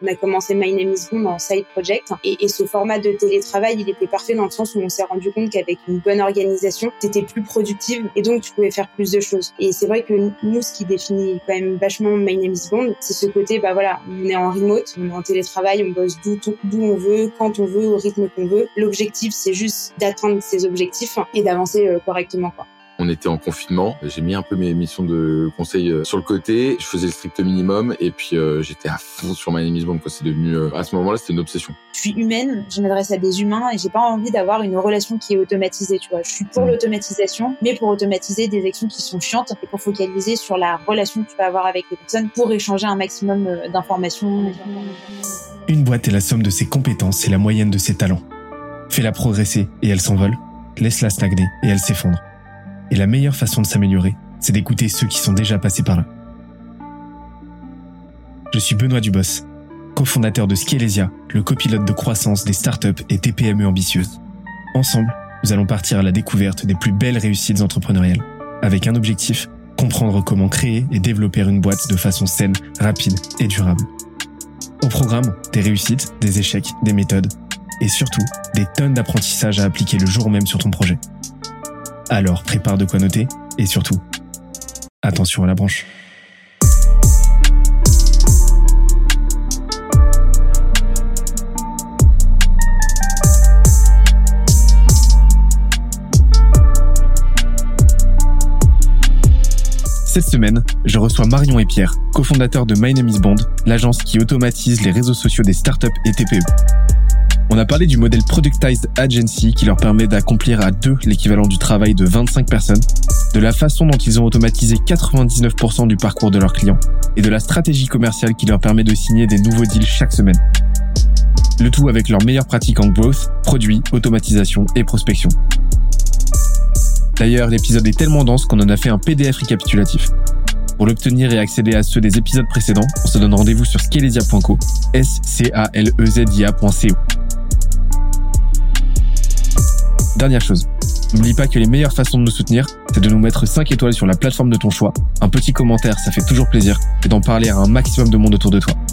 On a commencé My Name is Bond en side project et ce format de télétravail, il était parfait dans le sens où on s'est rendu compte qu'avec une bonne organisation, t'étais plus productive et donc tu pouvais faire plus de choses. Et c'est vrai que nous, ce qui définit quand même vachement My Name is Bond, c'est ce côté, on est en remote, on est en télétravail, on bosse d'où on veut, quand on veut, au rythme qu'on veut. L'objectif, c'est juste d'atteindre ces objectifs et d'avancer correctement, quoi. On était en confinement, j'ai mis un peu mes missions de conseil sur le côté, je faisais le strict minimum et puis j'étais à fond sur My Name is Bond. C'est devenu, à ce moment-là, c'était une obsession. Je suis humaine, je m'adresse à des humains et j'ai pas envie d'avoir une relation qui est automatisée, tu vois. Je suis pour l'automatisation, mais pour automatiser des actions qui sont chiantes et pour focaliser sur la relation que tu vas avoir avec les personnes pour échanger un maximum d'informations. Une boîte est la somme de ses compétences et la moyenne de ses talents. Fais-la progresser et elle s'envole, laisse-la stagner et elle s'effondre. Et la meilleure façon de s'améliorer, c'est d'écouter ceux qui sont déjà passés par là. Je suis Benoît Dubos, cofondateur de Scalesia, le copilote de croissance des startups et TPME ambitieuses. Ensemble, nous allons partir à la découverte des plus belles réussites entrepreneuriales, avec un objectif, comprendre comment créer et développer une boîte de façon saine, rapide et durable. Au programme, des réussites, des échecs, des méthodes, et surtout, des tonnes d'apprentissages à appliquer le jour même sur ton projet. Alors prépare de quoi noter et surtout, attention à la branche. Cette semaine, je reçois Marion et Pierre, cofondateurs de My Name is Bond, l'agence qui automatise les réseaux sociaux des startups et TPE. On a parlé du modèle Productized Agency qui leur permet d'accomplir à 2 l'équivalent du travail de 25 personnes, de la façon dont ils ont automatisé 99% du parcours de leurs clients et de la stratégie commerciale qui leur permet de signer des nouveaux deals chaque semaine. Le tout avec leurs meilleures pratiques en growth, produits, automatisation et prospection. D'ailleurs, l'épisode est tellement dense qu'on en a fait un PDF récapitulatif. Pour l'obtenir et accéder à ceux des épisodes précédents, on se donne rendez-vous sur scalezia.co, scalezia.co. Dernière chose, n'oublie pas que les meilleures façons de nous soutenir, c'est de nous mettre 5 étoiles sur la plateforme de ton choix, un petit commentaire, ça fait toujours plaisir, et d'en parler à un maximum de monde autour de toi.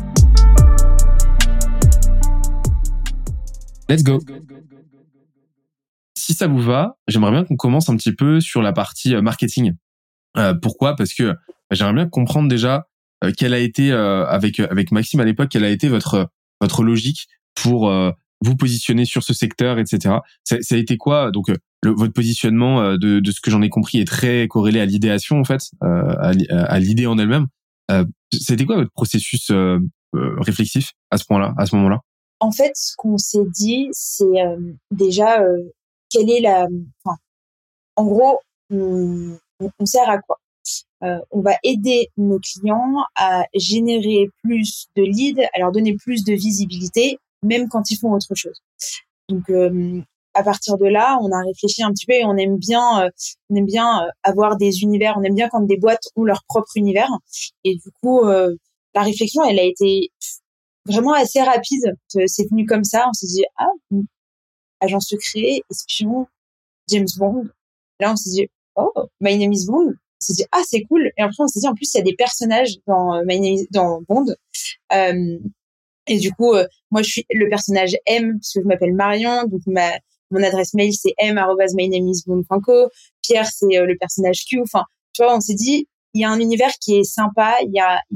Let's go! Si ça vous va, j'aimerais bien qu'on commence un petit peu sur la partie marketing. Pourquoi ? Parce que j'aimerais bien comprendre déjà quelle a été, avec Maxime à l'époque, quelle a été votre logique pour vous positionner sur ce secteur, etc. Ça a été quoi ? Donc, votre positionnement, de ce que j'en ai compris, est très corrélé à l'idéation, en fait, à l'idée en elle-même. C'était quoi votre processus réflexif à ce point-là, à ce moment-là ? En fait, ce qu'on s'est dit, c'est déjà quelle est en gros, on sert à quoi ? On va aider nos clients à générer plus de leads, à leur donner plus de visibilité, même quand ils font autre chose. Donc, à partir de là, on a réfléchi un petit peu et on aime bien avoir des univers. On aime bien quand des boîtes ont leur propre univers. Et du coup, la réflexion, elle a été vraiment assez rapide. C'est venu comme ça. On s'est dit, agent secret, espion, James Bond. Là, on s'est dit, oh, My Name is Bond. On s'est dit, c'est cool. Et après, on s'est dit, en plus, il y a des personnages dans Bond. Et du coup, moi, je suis le personnage M, parce que je m'appelle Marion. Donc, mon adresse mail, c'est m@mynameisbond.co. Pierre, c'est le personnage Q. Enfin, tu vois, on s'est dit, il y a un univers qui est sympa. Il y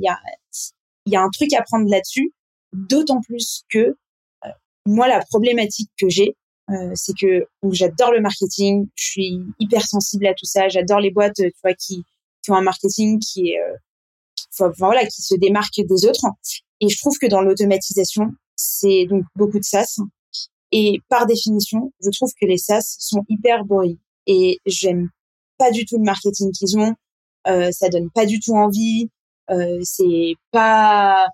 a un truc à prendre là-dessus. D'autant plus que, moi, la problématique que j'ai, c'est que j'adore le marketing, je suis hyper sensible à tout ça, j'adore les boîtes, tu vois, qui ont un marketing qui est qui se démarque des autres, et je trouve que dans l'automatisation, c'est donc beaucoup de SaaS, et par définition, je trouve que les SaaS sont hyper boring et j'aime pas du tout le marketing qu'ils ont, ça donne pas du tout envie, c'est pas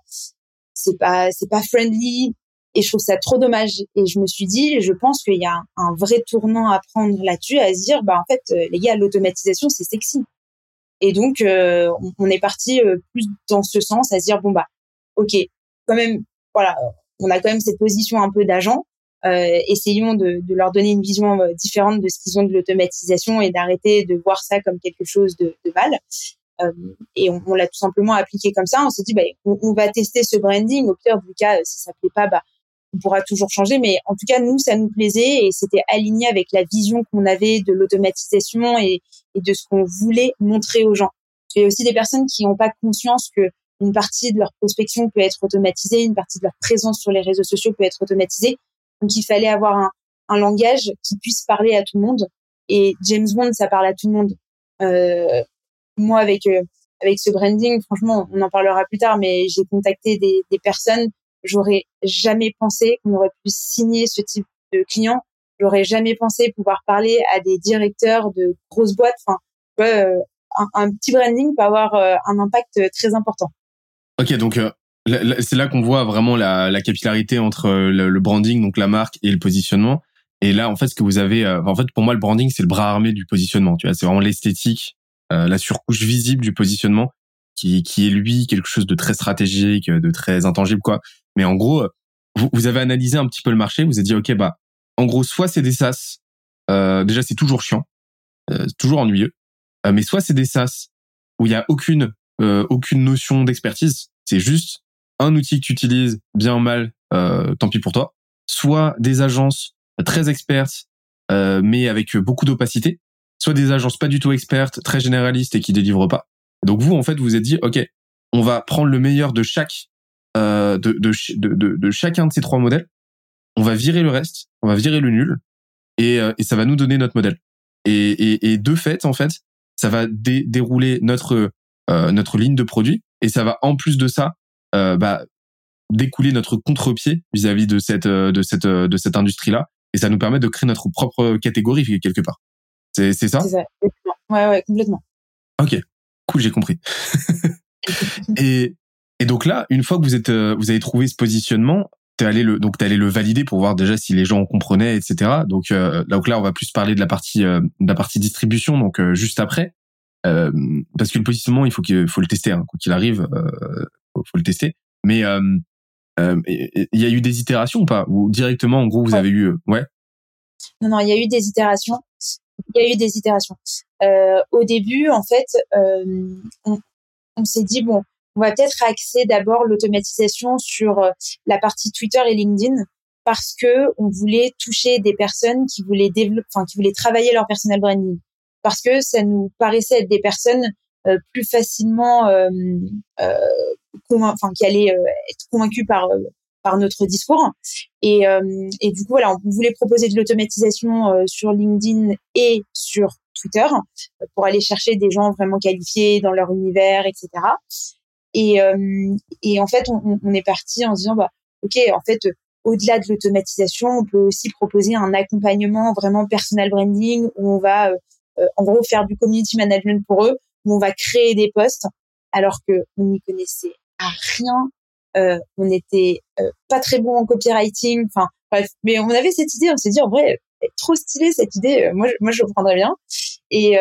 friendly. Et je trouve ça trop dommage. Et je me suis dit, je pense qu'il y a un vrai tournant à prendre là-dessus, à se dire, en fait, les gars, l'automatisation, c'est sexy. Et donc, on est parti plus dans ce sens, à se dire, ok, quand même, voilà, on a quand même cette position un peu d'agent. Essayons de leur donner une vision différente de ce qu'ils ont de l'automatisation et d'arrêter de voir ça comme quelque chose de mal. Et on l'a tout simplement appliqué comme ça. On s'est dit, on va tester ce branding. Au pire du cas, si ça plaît pas, on pourra toujours changer. Mais en tout cas, nous, ça nous plaisait et c'était aligné avec la vision qu'on avait de l'automatisation et de ce qu'on voulait montrer aux gens. Il y a aussi des personnes qui n'ont pas conscience que une partie de leur prospection peut être automatisée, une partie de leur présence sur les réseaux sociaux peut être automatisée. Donc, il fallait avoir un langage qui puisse parler à tout le monde. Et James Bond, ça parle à tout le monde. Moi, avec ce branding, franchement, on en parlera plus tard, mais j'ai contacté des personnes. J'aurais jamais pensé qu'on aurait pu signer ce type de client. J'aurais jamais pensé pouvoir parler à des directeurs de grosses boîtes. Enfin, un petit branding peut avoir un impact très important. Ok, donc c'est là qu'on voit vraiment la capillarité entre le branding, donc la marque, et le positionnement. Et là, en fait, ce que vous avez, en fait, pour moi, le branding, c'est le bras armé du positionnement. Tu vois, c'est vraiment l'esthétique, la surcouche visible du positionnement, qui est lui quelque chose de très stratégique, de très intangible, quoi. Mais en gros, vous avez analysé un petit peu le marché. Vous avez dit, ok, en gros, soit c'est des SaaS. Déjà, c'est toujours chiant, toujours ennuyeux. Mais soit c'est des SaaS où il y a aucune notion d'expertise. C'est juste un outil que tu utilises, bien ou mal, tant pis pour toi. Soit des agences très expertes, mais avec beaucoup d'opacité. Soit des agences pas du tout expertes, très généralistes et qui délivrent pas. Donc vous, en fait, vous vous êtes dit, ok, on va prendre le meilleur de chaque, de chacun de ces trois modèles. On va virer le reste, on va virer le nul, et ça va nous donner notre modèle. Et de fait, en fait, ça va dérouler notre ligne de produit, et ça va en plus de ça découler notre contre-pied vis-à-vis de cette industrie-là, et ça nous permet de créer notre propre catégorie quelque part. C'est ça? C'est ça. Ouais, complètement. Ok, cool, j'ai compris. et donc là, une fois que vous avez trouvé ce positionnement, t'es allé le valider pour voir déjà si les gens comprenaient, etc. Donc là, on va plus parler de la partie distribution, donc juste après. Parce que le positionnement, il faut le tester, hein, quoi qu'il arrive, faut le tester. Mais il y a eu des itérations ou pas, ou directement en gros vous avez eu ouais. Non, il y a eu des itérations. Au début, en fait, on s'est dit on va peut-être axer d'abord l'automatisation sur la partie Twitter et LinkedIn, parce que on voulait toucher des personnes qui voulaient qui voulaient travailler leur personal branding, parce que ça nous paraissait être des personnes plus facilement qui allaient être convaincues par notre discours. Et du coup, voilà, on voulait proposer de l'automatisation sur LinkedIn et sur Twitter pour aller chercher des gens vraiment qualifiés dans leur univers, etc. Et en fait, on est parti en se disant, ok, en fait, au-delà de l'automatisation, on peut aussi proposer un accompagnement vraiment personal branding où on va, en gros, faire du community management pour eux, où on va créer des posts, alors que on n'y connaissait rien. On était pas très bon en copywriting. Enfin, bref, mais on avait cette idée. On s'est dit, en vrai, trop stylé cette idée. Moi, je le prendrais bien. Et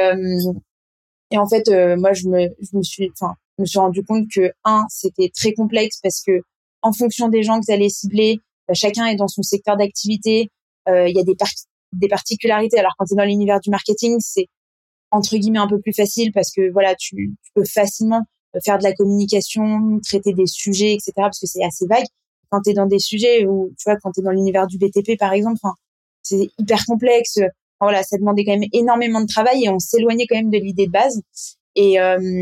en fait, moi, je me suis rendu compte que c'était très complexe parce que en fonction des gens que vous allez cibler, chacun est dans son secteur d'activité. Il y a des particularités. Alors, quand tu es dans l'univers du marketing, c'est entre guillemets un peu plus facile parce que voilà, tu peux facilement faire de la communication, traiter des sujets, etc. parce que c'est assez vague. Quand tu es dans des sujets où, tu vois, quand tu es dans l'univers du BTP, par exemple, c'est hyper complexe. Voilà, ça demandait quand même énormément de travail et on s'éloignait quand même de l'idée de base. Et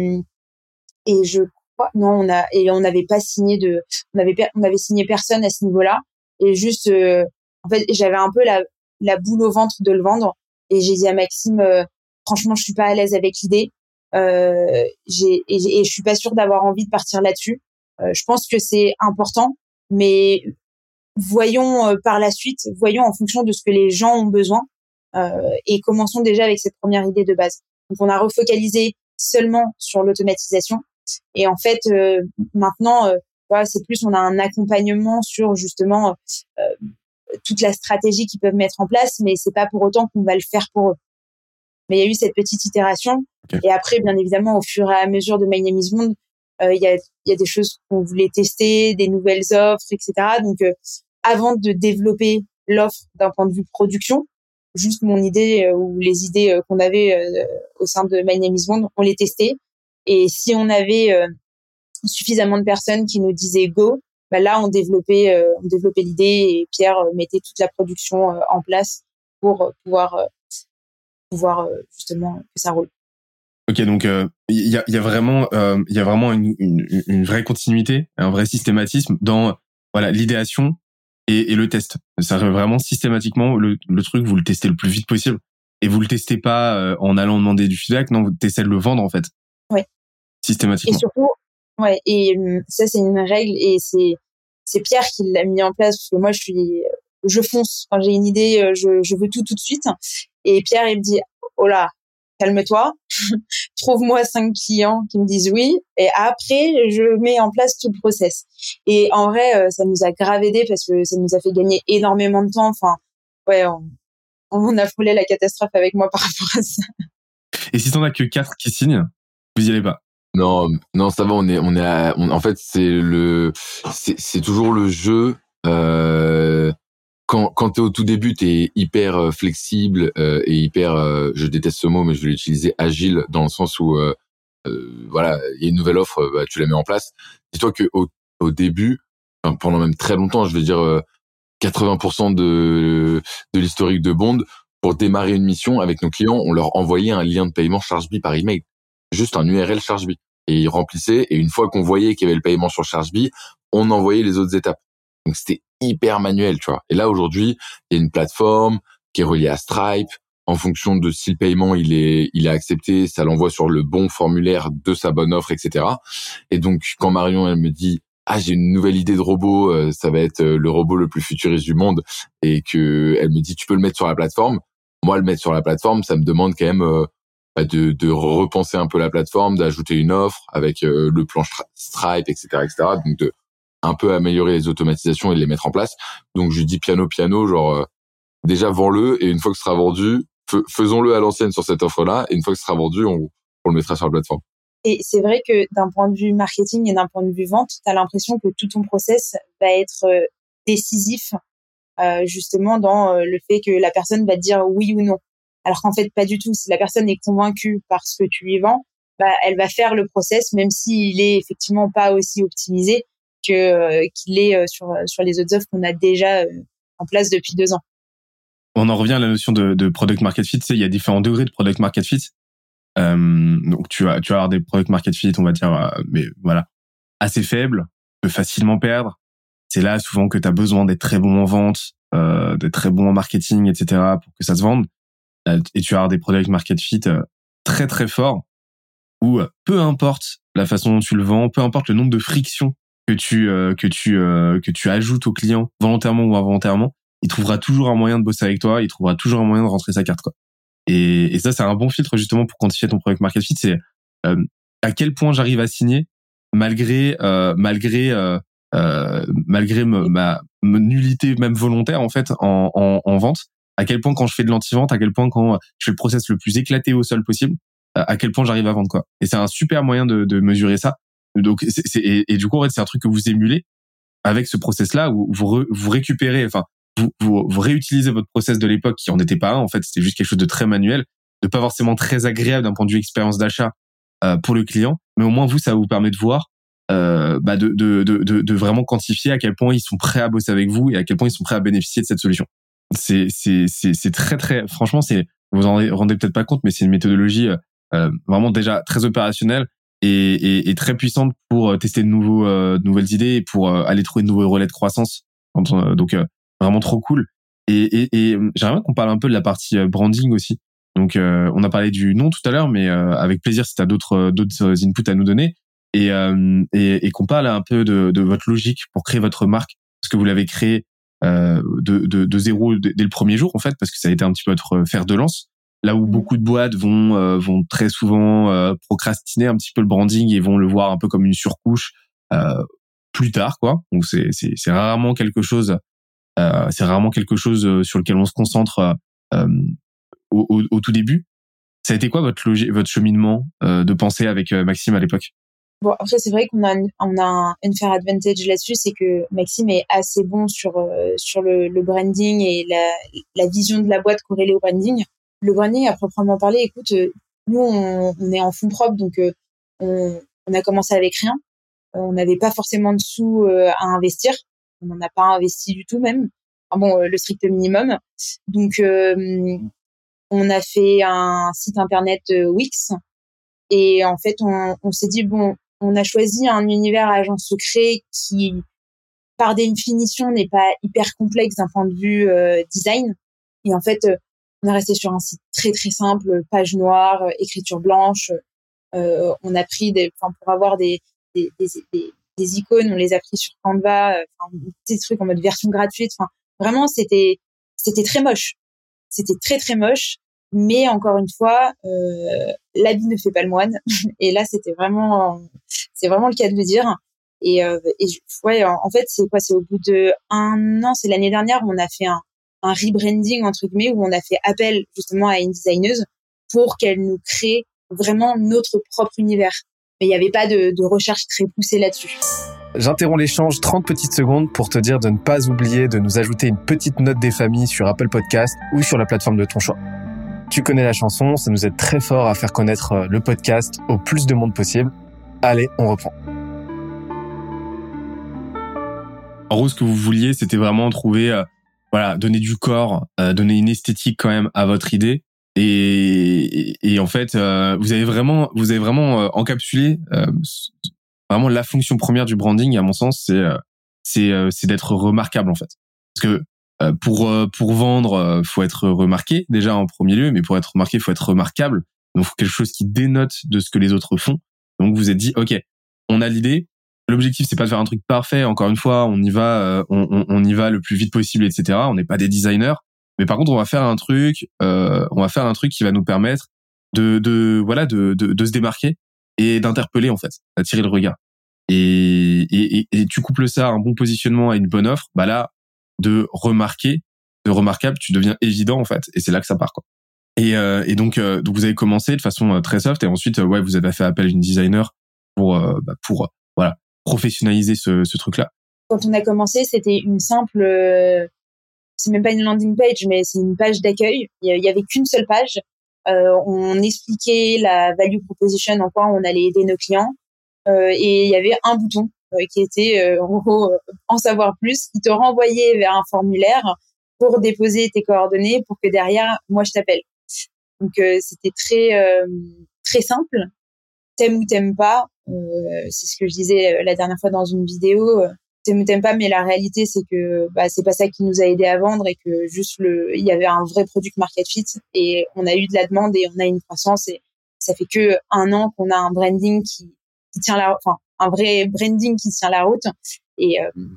je crois, non, on n'avait pas signé on avait signé personne à ce niveau-là. Et juste, en fait, j'avais un peu la boule au ventre de le vendre. Et j'ai dit à Maxime, franchement, je suis pas à l'aise avec l'idée. Et je suis pas sûre d'avoir envie de partir là-dessus. Je pense que c'est important, mais voyons par la suite, voyons en fonction de ce que les gens ont besoin, et commençons déjà avec cette première idée de base. Donc on a refocalisé seulement sur l'automatisation et en fait maintenant voilà, c'est plus on a un accompagnement sur justement toute la stratégie qu'ils peuvent mettre en place, mais c'est pas pour autant qu'on va le faire pour eux. Mais il y a eu cette petite itération. Okay. Et après, bien évidemment, au fur et à mesure de My Name is Bond, il y a des choses qu'on voulait tester, des nouvelles offres, etc. Donc, avant de développer l'offre d'un point de vue production, juste mon idée ou les idées qu'on avait au sein de My Name is Bond, on les testait. Et si on avait suffisamment de personnes qui nous disaient go, bah là on développait l'idée et Pierre mettait toute la production en place pour pouvoir justement que ça roule. Ok, donc il y a vraiment une vraie continuité, un vrai systématisme dans l'idéation et le test. Ça arrive vraiment systématiquement le truc, vous le testez le plus vite possible et vous le testez pas en allant demander du feedback, non, vous essayez de le vendre en fait. Oui. Systématiquement. Et surtout, ça c'est une règle et c'est Pierre qui l'a mis en place parce que moi je fonce quand j'ai une idée, je veux tout de suite. Et Pierre il me dit oh là, calme-toi, trouve-moi 5 clients qui me disent oui, et après je mets en place tout le process. Et en vrai, ça nous a grave aidé parce que ça nous a fait gagner énormément de temps. Enfin, on a frôlé la catastrophe avec moi par rapport à ça. Et si t'en as que 4 qui signent, vous y allez pas? Non, ça va, en fait, c'est toujours le jeu, quand t'es au tout début, t'es hyper flexible et hyper, je déteste ce mot, mais je vais l'utiliser, agile, dans le sens où voilà, il y a une nouvelle offre, bah, tu la mets en place. Dis-toi que au début, enfin, pendant même très longtemps, je vais dire 80% de l'historique de Bond, pour démarrer une mission avec nos clients, on leur envoyait un lien de paiement Chargebee par email, juste un URL Chargebee, et ils remplissaient. Et une fois qu'on voyait qu'il y avait le paiement sur Chargebee, on envoyait les autres étapes. Donc c'était hyper manuel, tu vois. Et là aujourd'hui, il y a une plateforme qui est reliée à Stripe. En fonction de si le paiement il est accepté, ça l'envoie sur le bon formulaire de sa bonne offre, etc. Et donc quand Marion elle me dit j'ai une nouvelle idée de robot, ça va être le robot le plus futuriste du monde, et que elle me dit tu peux le mettre sur la plateforme. Moi le mettre sur la plateforme, ça me demande quand même de repenser un peu la plateforme, d'ajouter une offre avec le plan Stripe, etc., etc. Donc de un peu améliorer les automatisations et de les mettre en place. Donc je lui dis piano, genre déjà vends-le, et une fois que ce sera vendu, faisons-le à l'ancienne sur cette offre-là, et une fois que ce sera vendu, on le mettra sur la plateforme. Et c'est vrai que d'un point de vue marketing et d'un point de vue vente, tu as l'impression que tout ton process va être décisif justement dans le fait que la personne va te dire oui ou non. Alors qu'en fait, pas du tout. Si la personne est convaincue par ce que tu lui vends, bah, elle va faire le process, même s'il est effectivement pas aussi optimisé qu'il est sur les autres offres qu'on a déjà en place depuis 2 ans. On en revient à la notion de product market fit. Tu sais, il y a différents degrés de product market fit. Donc tu vas avoir des product market fit, on va dire, mais voilà, assez faibles, peut facilement perdre. C'est là souvent que tu as besoin d'être très bon en vente, d'être très bon en marketing, etc. pour que ça se vende. Et tu vas avoir des product market fit très très forts où peu importe la façon dont tu le vends, peu importe le nombre de frictions que tu ajoutes au client volontairement ou involontairement, il trouvera toujours un moyen de bosser avec toi, il trouvera toujours un moyen de rentrer sa carte, quoi. Et ça, c'est un bon filtre justement pour quantifier ton product market fit. C'est à quel point j'arrive à signer malgré ma nullité même volontaire en fait en vente. À quel point quand je fais de l'anti-vente, à quel point quand je fais le process le plus éclaté au sol possible, à quel point j'arrive à vendre, quoi. Et c'est un super moyen de mesurer ça. Donc et du coup en fait c'est un truc que vous émulez avec ce process là où vous récupérez, enfin vous réutilisez votre process de l'époque qui en était pas un, en fait c'était juste quelque chose de très manuel, de pas forcément très agréable d'un point de vue expérience d'achat pour le client, mais au moins vous ça vous permet de voir de vraiment quantifier à quel point ils sont prêts à bosser avec vous et à quel point ils sont prêts à bénéficier de cette solution. C'est très très, franchement vous en rendez peut-être pas compte, mais c'est une méthodologie vraiment déjà très opérationnelle et très puissante pour tester de nouvelles idées et pour aller trouver de nouveaux relais de croissance. Donc vraiment trop cool. Et j'aimerais bien qu'on parle un peu de la partie branding aussi. Donc on a parlé du nom tout à l'heure, mais avec plaisir si tu as d'autres inputs à nous donner et qu'on parle un peu de votre logique pour créer votre marque, parce que vous l'avez créé de zéro dès le premier jour en fait, parce que ça a été un petit peu votre fer de lance. Là où beaucoup de boîtes vont très souvent procrastiner un petit peu le branding et vont le voir un peu comme une surcouche plus tard, quoi. Donc c'est rarement quelque chose sur lequel on se concentre au tout début. Ça a été quoi votre cheminement de pensée avec Maxime à l'époque? Bon, après, c'est vrai qu'on a une fair advantage là-dessus, c'est que Maxime est assez bon sur le branding et la vision de la boîte corrélée au branding. Le branding, à proprement parler, écoute, nous, on est en fonds propres, donc on a commencé avec rien. On n'avait pas forcément de sous à investir. On n'en a pas investi du tout même. Enfin bon, le strict minimum. Donc, on a fait un site internet Wix. Et en fait, on s'est dit, bon, on a choisi un univers agent secret qui, par définition, n'est pas hyper complexe d'un point de vue design. Et en fait, on est resté sur un site très très simple, page noire, écriture blanche. On a pris pour avoir des icônes, on les a pris sur Canva, des trucs en mode version gratuite. Enfin, vraiment, c'était très moche. C'était très très moche. Mais encore une fois, l'habit ne fait pas le moine. Et là, c'est vraiment le cas de le dire. Ouais, en fait, c'est au bout de 1 an, c'est l'année dernière, où on a fait un rebranding entre guillemets, où on a fait appel justement à une designeuse pour qu'elle nous crée vraiment notre propre univers. Mais il n'y avait pas de recherche très poussée là-dessus. J'interromps l'échange 30 petites secondes pour te dire de ne pas oublier de nous ajouter une petite note des familles sur Apple Podcast ou sur la plateforme de ton choix. Tu connais la chanson, ça nous aide très fort à faire connaître le podcast au plus de monde possible. Allez, on reprend. En gros, ce que vous vouliez, c'était vraiment trouver, donner du corps, donner une esthétique quand même à votre idée. Et en fait, vous avez vraiment encapsulé vraiment la fonction première du branding. À mon sens, c'est d'être remarquable en fait. Parce que pour vendre, faut être remarqué déjà en premier lieu, mais pour être remarqué, faut être remarquable. Donc, faut quelque chose qui dénote de ce que les autres font. Donc, vous vous êtes dit, ok, on a l'idée. L'objectif, c'est pas de faire un truc parfait. Encore une fois, on y va le plus vite possible, etc. On n'est pas des designers, mais par contre, on va faire un truc qui va nous permettre de se démarquer et d'interpeller en fait, d'attirer le regard. Et tu couples ça à un bon positionnement, à une bonne offre, bah là, de remarquable, tu deviens évident en fait, et c'est là que ça part quoi. Et donc vous avez commencé de façon très soft, et ensuite vous avez fait appel à une designer pour professionnaliser ce truc-là. Quand on a commencé, c'était une simple, c'est même pas une landing page, mais c'est une page d'accueil. Il y avait qu'une seule page. On expliquait la value proposition, en quoi on allait aider nos clients, et il y avait un bouton qui était en gros en savoir plus, qui te renvoyait vers un formulaire pour déposer tes coordonnées pour que derrière moi je t'appelle. Donc c'était très simple. T'aimes ou t'aimes pas, c'est ce que je disais la dernière fois dans une vidéo. T'aimes ou t'aimes pas, mais la réalité c'est que c'est pas ça qui nous a aidé à vendre, et que il y avait un vrai product market fit, et on a eu de la demande et on a une croissance, et ça fait que 1 an qu'on a un branding qui tient un vrai branding qui tient la route, et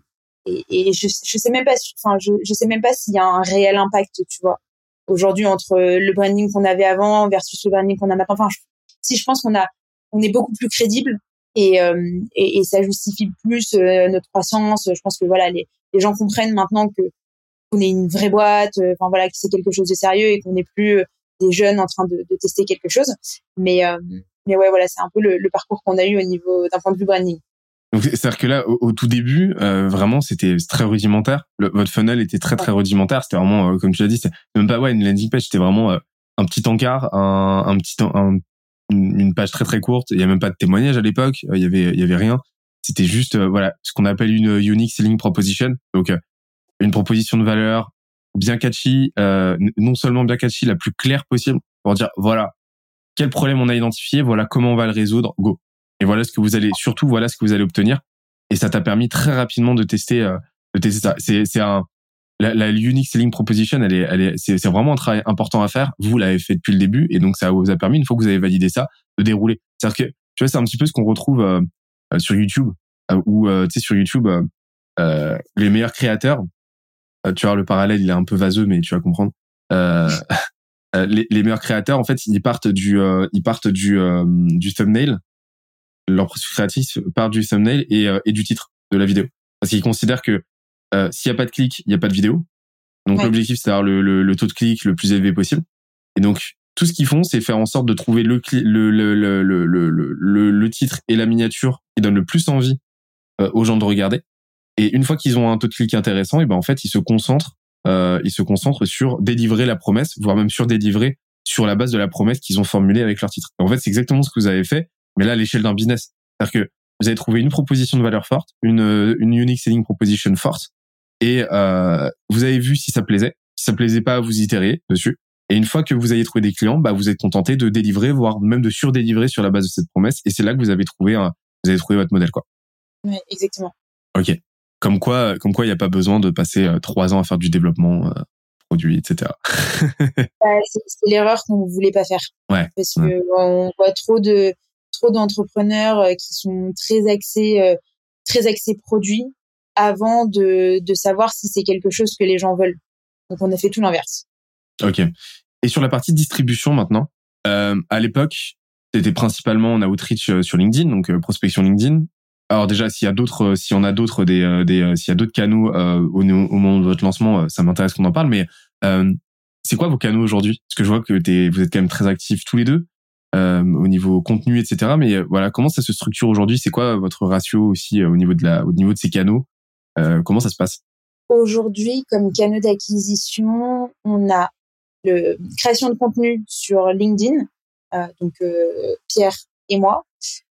je sais même pas, je sais même pas s'il y a un réel impact, tu vois, aujourd'hui entre le branding qu'on avait avant versus le branding qu'on a maintenant. Je pense on est beaucoup plus crédible, et ça justifie plus notre croissance. Je pense que les gens comprennent maintenant qu'on est une vraie boîte, que c'est quelque chose de sérieux, et qu'on n'est plus des jeunes en train de tester quelque chose. Mais c'est un peu le parcours qu'on a eu au niveau d'un point de vue branding. Donc, c'est-à-dire que là, au tout début, vraiment, c'était très rudimentaire. Votre funnel était très, très rudimentaire. C'était vraiment, comme tu l'as dit, c'était même pas une landing page, c'était vraiment un petit encart, une page très, très courte. Il y a même pas de témoignage à l'époque. Il y avait rien. C'était juste, ce qu'on appelle une unique selling proposition. Donc, une proposition de valeur bien catchy, non seulement bien catchy, la plus claire possible, pour dire, voilà, quel problème on a identifié, voilà comment on va le résoudre, go. Et voilà ce que vous allez obtenir. Et ça t'a permis très rapidement de tester ça. La unique selling proposition, c'est vraiment un travail important à faire. Vous l'avez fait depuis le début, et donc ça vous a permis, une fois que vous avez validé ça, de dérouler. C'est-à-dire que, tu vois, c'est un petit peu ce qu'on retrouve sur YouTube, où tu sais, sur YouTube, les meilleurs créateurs, tu vois, le parallèle il est un peu vaseux, mais tu vas comprendre. Les meilleurs créateurs, en fait, ils partent du thumbnail. Leur processus créatif part du thumbnail et du titre de la vidéo, parce qu'ils considèrent que s'il y a pas de clic, il y a pas de vidéo. Donc l'objectif, c'est d'avoir le taux de clic le plus élevé possible. Et donc tout ce qu'ils font, c'est faire en sorte de trouver le titre et la miniature qui donnent le plus envie aux gens de regarder. Et une fois qu'ils ont un taux de clic intéressant, et en fait ils se concentrent sur délivrer la promesse, voire même sur délivrer sur la base de la promesse qu'ils ont formulée avec leur titre. Et en fait, c'est exactement ce que vous avez fait. mais là à l'échelle d'un business. C'est-à-dire que vous avez trouvé une proposition de valeur forte, une unique selling proposition forte, et vous avez vu si ça plaisait. Si ça plaisait pas, vous itérez dessus. Et une fois que vous avez trouvé des clients, vous êtes contenté de délivrer, voire même de surdélivrer sur la base de cette promesse. Et c'est là que vous avez trouvé votre modèle, quoi. Oui, exactement. Ok. Comme quoi, il n'y a pas besoin de passer 3 ans à faire du développement produit, etc. C'est l'erreur qu'on ne voulait pas faire. Ouais. Parce que on voit trop d'entrepreneurs qui sont très axés produits avant de savoir si c'est quelque chose que les gens veulent. Donc on a fait tout l'inverse. Ok. Et sur la partie distribution maintenant, à l'époque, c'était principalement en outreach sur LinkedIn, donc prospection LinkedIn. Alors déjà, s'il y a d'autres canaux au moment de votre lancement, ça m'intéresse qu'on en parle. Mais c'est quoi vos canaux aujourd'hui? Parce que je vois que vous êtes quand même très actifs tous les deux au niveau contenu, etc. Mais voilà, comment ça se structure aujourd'hui? C'est quoi votre ratio aussi au niveau de ces canaux? Comment ça se passe? Aujourd'hui, comme canaux d'acquisition, on a le création de contenu sur LinkedIn, donc Pierre et moi.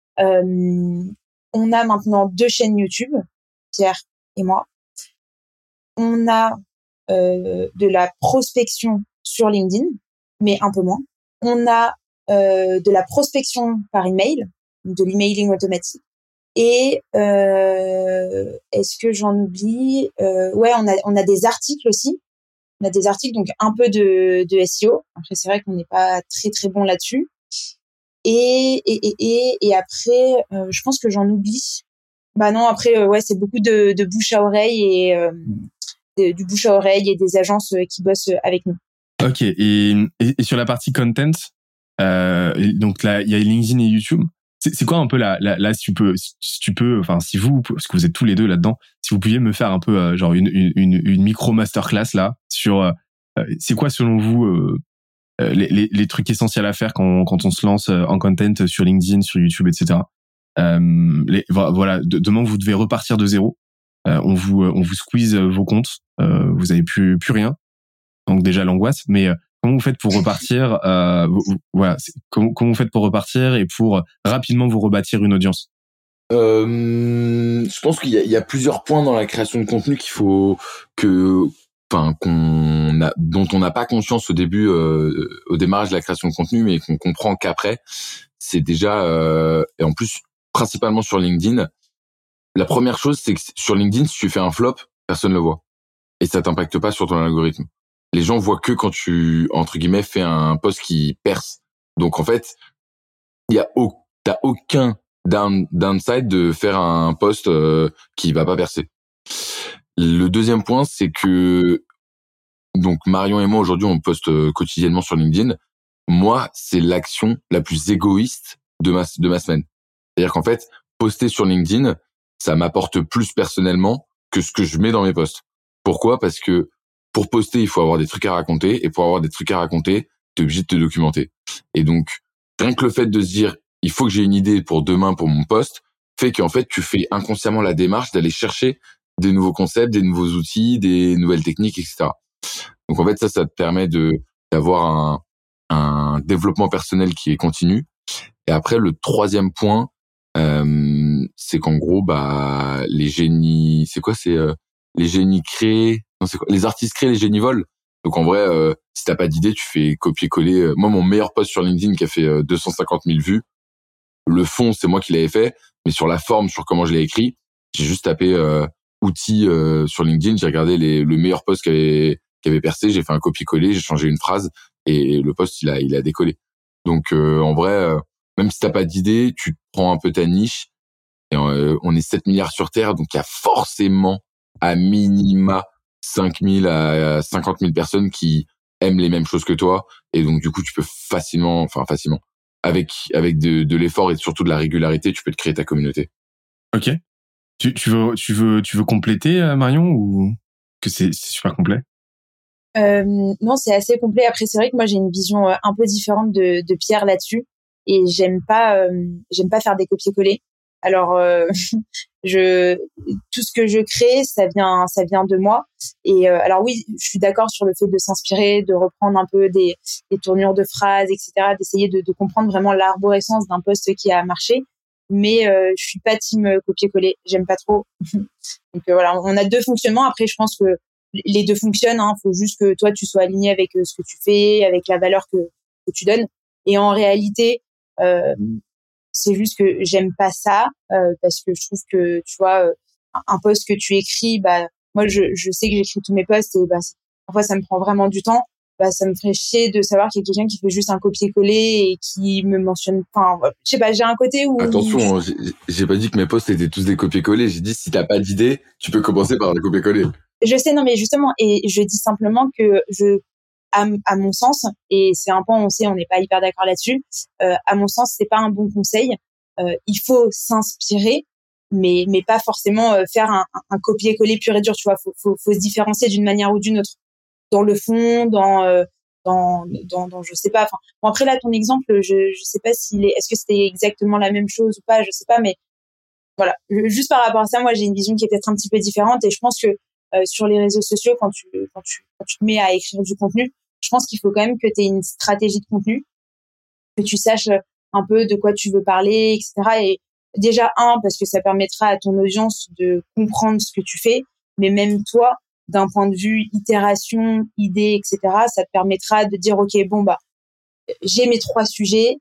On a maintenant 2 chaînes YouTube, Pierre et moi. On a de la prospection sur LinkedIn, mais un peu moins. On a de la prospection par email, de l'emailing automatique. Et est-ce que j'en oublie? Ouais, on a des articles aussi. On a des articles, donc un peu de SEO. Après, c'est vrai qu'on n'est pas très très bon là-dessus. Et après, je pense que j'en oublie. Non, après, ouais, c'est beaucoup de bouche à oreille et du bouche à oreille et des agences qui bossent avec nous. Ok. Et sur la partie content, donc là, il y a LinkedIn et YouTube. C'est quoi un peu là, si tu peux, enfin, si vous, parce que vous êtes tous les deux là-dedans, si vous pouviez me faire un peu genre une micro masterclass là sur c'est quoi selon vous les trucs essentiels à faire quand on se lance en content sur LinkedIn, sur YouTube, etc. Voilà, demain vous devez repartir de zéro. On vous squeeze vos comptes, vous avez plus rien. Donc déjà l'angoisse, mais comment vous faites pour repartir voilà, comment vous faites pour repartir et pour rapidement vous rebâtir une audience? Je pense qu'il y a plusieurs points dans la création de contenu dont on n'a pas conscience au début, au démarrage de la création de contenu, mais qu'on comprend qu'après. C'est déjà, et en plus principalement sur LinkedIn. La première chose, c'est que sur LinkedIn, si tu fais un flop, personne le voit et ça t'impacte pas sur ton algorithme. Les gens voient que quand tu, entre guillemets, fais un post qui perce. Donc, en fait, t'as aucun downside de faire un post qui va pas percer. Le deuxième point, c'est que, donc, Marion et moi, aujourd'hui, on poste quotidiennement sur LinkedIn. Moi, c'est l'action la plus égoïste de ma semaine. C'est-à-dire qu'en fait, poster sur LinkedIn, ça m'apporte plus personnellement que ce que je mets dans mes posts. Pourquoi? Parce que pour poster, il faut avoir des trucs à raconter, et pour avoir des trucs à raconter, t'es obligé de te documenter. Et donc, rien que le fait de se dire, il faut que j'ai une idée pour demain pour mon post, fait qu'en fait, tu fais inconsciemment la démarche d'aller chercher des nouveaux concepts, des nouveaux outils, des nouvelles techniques, etc. Donc en fait, ça te permet d'avoir un développement personnel qui est continu. Et après, le troisième point, c'est qu'en gros, les génies, c'est quoi? C'est les génies créent, non, c'est quoi? Les artistes créent, les génies volent. Donc en vrai, si t'as pas d'idée, tu fais copier-coller. Moi, mon meilleur post sur LinkedIn qui a fait 250 000 vues, le fond, c'est moi qui l'avais fait, mais sur la forme, sur comment je l'ai écrit, j'ai juste tapé outils sur LinkedIn, j'ai regardé le meilleur post qui avait percé, j'ai fait un copier-coller, j'ai changé une phrase et le post il a décollé. Donc en vrai, même si t'as pas d'idée, tu prends un peu ta niche. Et on est 7 milliards sur Terre, donc il y a forcément à minima 5 000 à 50 000 personnes qui aiment les mêmes choses que toi. Et donc du coup, tu peux facilement, avec de l'effort et surtout de la régularité, tu peux te créer ta communauté. Ok. Tu veux compléter, Marion, ou que c'est super complet? Non, c'est assez complet. Après, c'est vrai que moi j'ai une vision un peu différente de Pierre là-dessus, et j'aime pas faire des copier-coller. Alors, tout ce que je crée, ça vient de moi. Et alors oui, je suis d'accord sur le fait de s'inspirer, de reprendre un peu des tournures de phrases, etc., d'essayer de comprendre vraiment l'arborescence d'un post qui a marché. Mais je suis pas team copier-coller, j'aime pas trop. Donc voilà, on a deux fonctionnements. Après, je pense que les deux fonctionnent. Hein. Faut juste que toi, tu sois aligné avec ce que tu fais, avec la valeur que tu donnes. Et en réalité, c'est juste que j'aime pas ça parce que je trouve que tu vois un post que tu écris, bah moi je sais que j'écris tous mes posts et bah parfois ça me prend vraiment du temps. Bah ça me ferait chier de savoir qu'il y a quelqu'un qui fait juste un copier-coller et qui me mentionne. Enfin, je sais pas, j'ai un côté où Attention, hein, j'ai pas dit que mes posts étaient tous des copier-coller. J'ai dit si t'as pas d'idée, tu peux commencer par des copier-coller. Je sais, non mais justement, et je dis simplement que à mon sens, et c'est un point, on sait, on n'est pas hyper d'accord là-dessus. À mon sens, c'est pas un bon conseil. Il faut s'inspirer, mais pas forcément faire un copier-coller pur et dur. Tu vois, faut se différencier d'une manière ou d'une autre. Dans le fond, dans je sais pas. Enfin, bon après là, ton exemple, je sais pas est-ce que c'était exactement la même chose ou pas, je sais pas, mais voilà. Juste par rapport à ça, moi j'ai une vision qui est peut-être un petit peu différente, et je pense que sur les réseaux sociaux, quand tu te mets à écrire du contenu, je pense qu'il faut quand même que tu aies une stratégie de contenu, que tu saches un peu de quoi tu veux parler, etc. Et déjà, parce que ça permettra à ton audience de comprendre ce que tu fais, mais même toi, d'un point de vue itération, idée, etc., ça te permettra de dire, OK, bon, bah, j'ai mes 3 sujets,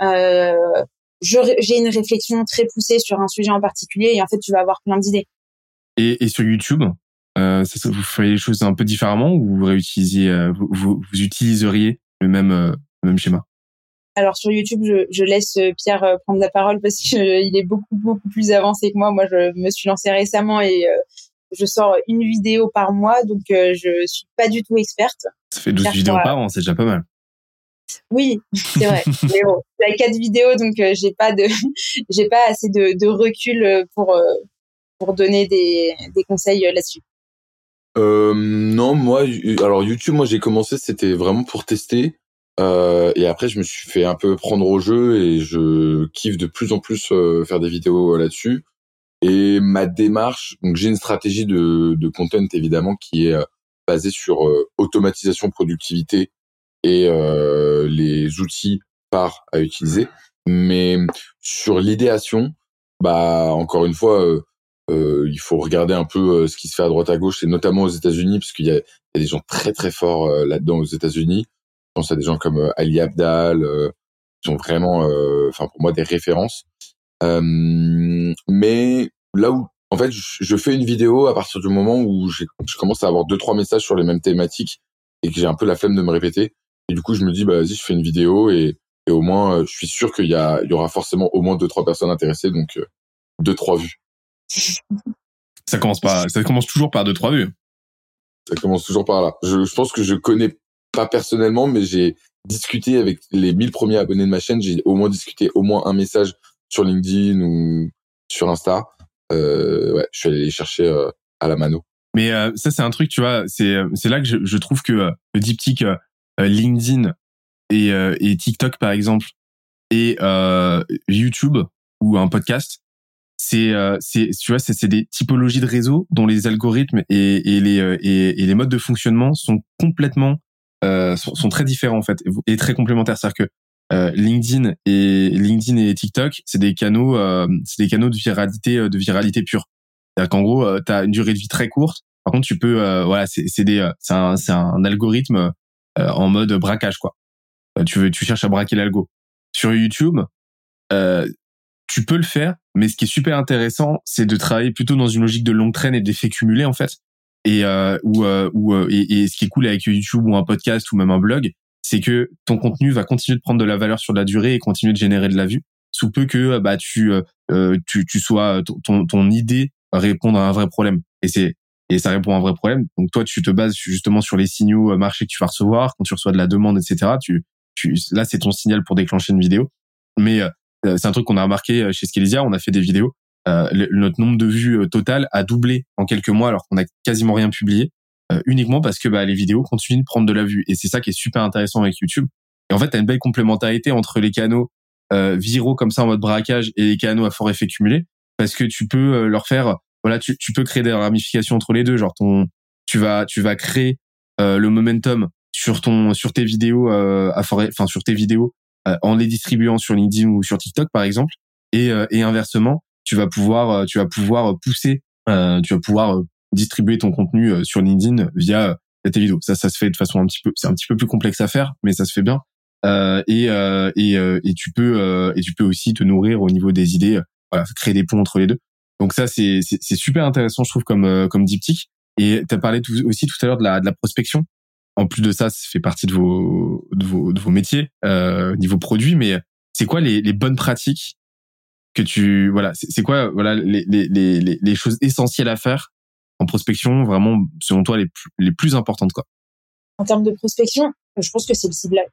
j'ai une réflexion très poussée sur un sujet en particulier, et en fait, tu vas avoir plein d'idées. Et sur YouTube, vous faites les choses un peu différemment, ou vous réutilisiez, vous utiliseriez le même schéma? Alors sur YouTube, je laisse Pierre prendre la parole parce que il est beaucoup plus avancé que moi. Moi, je me suis lancée récemment et je sors une vidéo par mois, donc je suis pas du tout experte. Ça fait 12 vidéos par an, c'est déjà pas mal. Oui, c'est vrai. Mais bon, il y a 4 vidéos, donc j'ai pas assez de recul pour donner des conseils là-dessus. Non, moi, alors YouTube, moi j'ai commencé, c'était vraiment pour tester. Et après, je me suis fait un peu prendre au jeu et je kiffe de plus en plus faire des vidéos là-dessus. Et ma démarche, donc j'ai une stratégie de content évidemment qui est basée sur automatisation, productivité et les outils phares à utiliser. Mais sur l'idéation, bah encore une fois, il faut regarder un peu ce qui se fait à droite à gauche, et notamment aux États-Unis, parce qu'il y a des gens très très forts là-dedans aux États-Unis. Je pense à des gens comme Ali Abdaal, qui sont vraiment, enfin pour moi, des références. Mais là où, en fait, je fais une vidéo à partir du moment où je commence à avoir 2-3 messages sur les mêmes thématiques et que j'ai un peu la flemme de me répéter. Et du coup, je me dis, bah vas-y, je fais une vidéo et au moins, je suis sûr il y aura forcément au moins 2-3 personnes intéressées, donc 2-3 vues. Ça commence toujours par 2-3 vues. Ça commence toujours par là. Je pense que je connais pas personnellement, mais j'ai discuté avec les 1000 premiers abonnés de ma chaîne. J'ai au moins discuté au moins un message sur LinkedIn ou sur Insta. Ouais, je suis allé les chercher à la mano. Mais ça, c'est un truc, tu vois, c'est là que je trouve que le diptyque LinkedIn et TikTok, par exemple, et YouTube ou un podcast, c'est tu vois, c'est des typologies de réseaux dont les algorithmes et les modes de fonctionnement sont complètement sont très différents en fait et très complémentaires. C'est-à-dire que LinkedIn et TikTok, c'est des canaux de viralité pure. C'est-à-dire qu'en gros, t'as une durée de vie très courte. Par contre, tu peux voilà, c'est un algorithme en mode braquage quoi. Tu cherches à braquer l'algo. Sur YouTube, tu peux le faire, mais ce qui est super intéressant, c'est de travailler plutôt dans une logique de longue traîne et d'effet cumulé en fait. Et ce qui est cool avec YouTube ou un podcast ou même un blog, c'est que ton contenu va continuer de prendre de la valeur sur la durée et continuer de générer de la vue, sous peu que bah tu sois ton idée répondre à un vrai problème. Et ça répond à un vrai problème. Donc toi, tu te bases justement sur les signaux marchés que tu vas recevoir quand tu reçois de la demande, etc. Là, c'est ton signal pour déclencher une vidéo. Mais c'est un truc qu'on a remarqué chez Scalezia. On a fait des vidéos. Notre nombre de vues total a doublé en quelques mois alors qu'on a quasiment rien publié, uniquement parce que les vidéos continuent de prendre de la vue. Et c'est ça qui est super intéressant avec YouTube. Et en fait, t'as une belle complémentarité entre les canaux viraux comme ça en mode braquage et les canaux à fort effet cumulé, parce que tu peux leur faire, voilà, tu peux créer des ramifications entre les deux, genre tu vas créer le momentum sur tes vidéos sur tes vidéos en les distribuant sur LinkedIn ou sur TikTok par exemple, et inversement tu vas pouvoir pousser, tu vas pouvoir distribuer ton contenu sur LinkedIn via tes vidéos. Ça se fait de façon c'est un petit peu plus complexe à faire, mais ça se fait bien. Et tu peux aussi te nourrir au niveau des idées, voilà, créer des ponts entre les deux. Donc ça c'est super intéressant, je trouve, comme diptyque. Et tu as parlé aussi tout à l'heure de la prospection. En plus de ça fait partie de vos métiers, niveau produit. Mais c'est quoi les bonnes pratiques que c'est quoi, voilà, les choses essentielles à faire en prospection, vraiment, selon toi, les plus importantes, quoi? En termes de prospection, je pense que c'est le ciblage.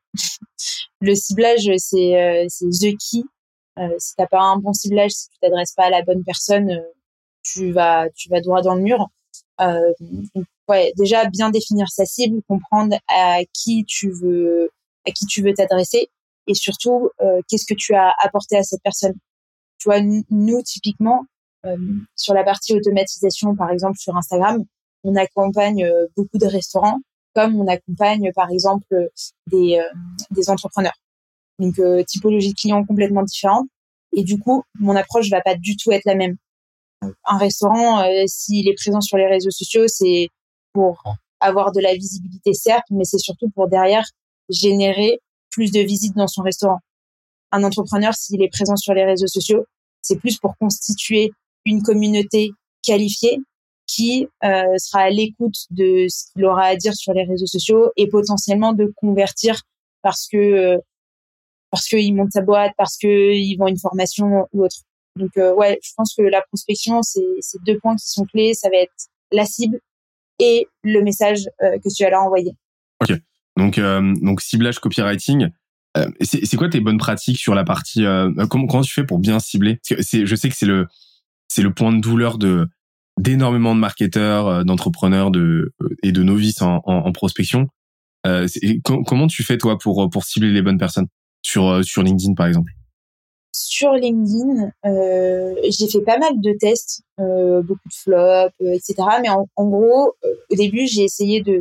Le ciblage, c'est the key. Si t'as pas un bon ciblage, si tu t'adresses pas à la bonne personne, tu vas droit dans le mur. Donc, ouais, déjà bien définir sa cible, comprendre à qui tu veux t'adresser, et surtout qu'est-ce que tu as apporté à cette personne. Tu vois, nous typiquement sur la partie automatisation, par exemple sur Instagram, on accompagne beaucoup de restaurants, comme on accompagne par exemple des entrepreneurs. Donc typologie de clients complètement différente, et du coup mon approche va pas du tout être la même. Un restaurant, s'il est présent sur les réseaux sociaux, c'est pour avoir de la visibilité, certes, mais c'est surtout pour derrière générer plus de visites dans son restaurant. Un entrepreneur, s'il est présent sur les réseaux sociaux, c'est plus pour constituer une communauté qualifiée qui sera à l'écoute de ce qu'il aura à dire sur les réseaux sociaux, et potentiellement de convertir parce que il monte sa boîte, parce que il vend une formation ou autre. Donc ouais, je pense que la prospection, c'est deux points qui sont clés. Ça va être la cible et le message que tu vas leur envoyer. Ok. Donc ciblage, copywriting. C'est quoi tes bonnes pratiques sur la partie comment tu fais pour bien cibler? Parce que je sais que c'est le point de douleur d'énormément de marketeurs, d'entrepreneurs, et de novices en prospection. Comment tu fais toi pour cibler les bonnes personnes sur LinkedIn par exemple? Sur LinkedIn, j'ai fait pas mal de tests, beaucoup de flops, etc. Mais en gros, au début, j'ai fait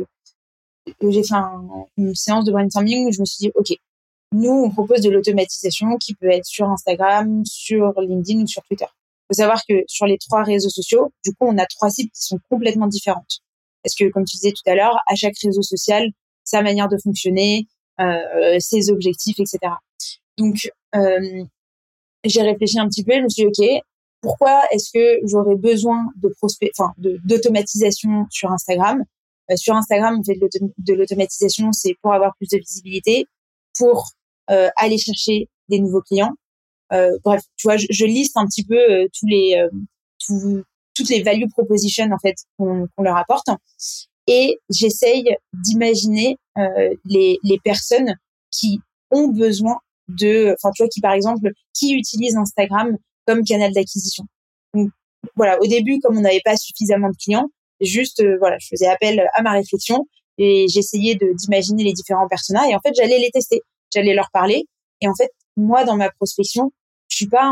une séance de brainstorming où je me suis dit, OK, nous, on propose de l'automatisation qui peut être sur Instagram, sur LinkedIn ou sur Twitter. Il faut savoir que sur les 3 réseaux sociaux, du coup, on a 3 cibles qui sont complètement différentes. Parce que, comme tu disais tout à l'heure, à chaque réseau social, sa manière de fonctionner, ses objectifs, etc. Donc, j'ai réfléchi un petit peu, je me suis dit, OK, pourquoi est-ce que j'aurais besoin d'automatisation sur Instagram? Sur Instagram, on fait de l'automatisation, c'est pour avoir plus de visibilité, pour aller chercher des nouveaux clients. Bref, tu vois, je liste un petit peu toutes les value propositions en fait qu'on leur apporte, et j'essaye d'imaginer les personnes qui ont besoin tu vois, qui par exemple utilisent Instagram comme canal d'acquisition. Donc voilà, au début, comme on n'avait pas suffisamment de clients, juste je faisais appel à ma réflexion et j'essayais d'imaginer les différents personas, et en fait j'allais les tester, j'allais leur parler. Et en fait, moi dans ma prospection, je suis pas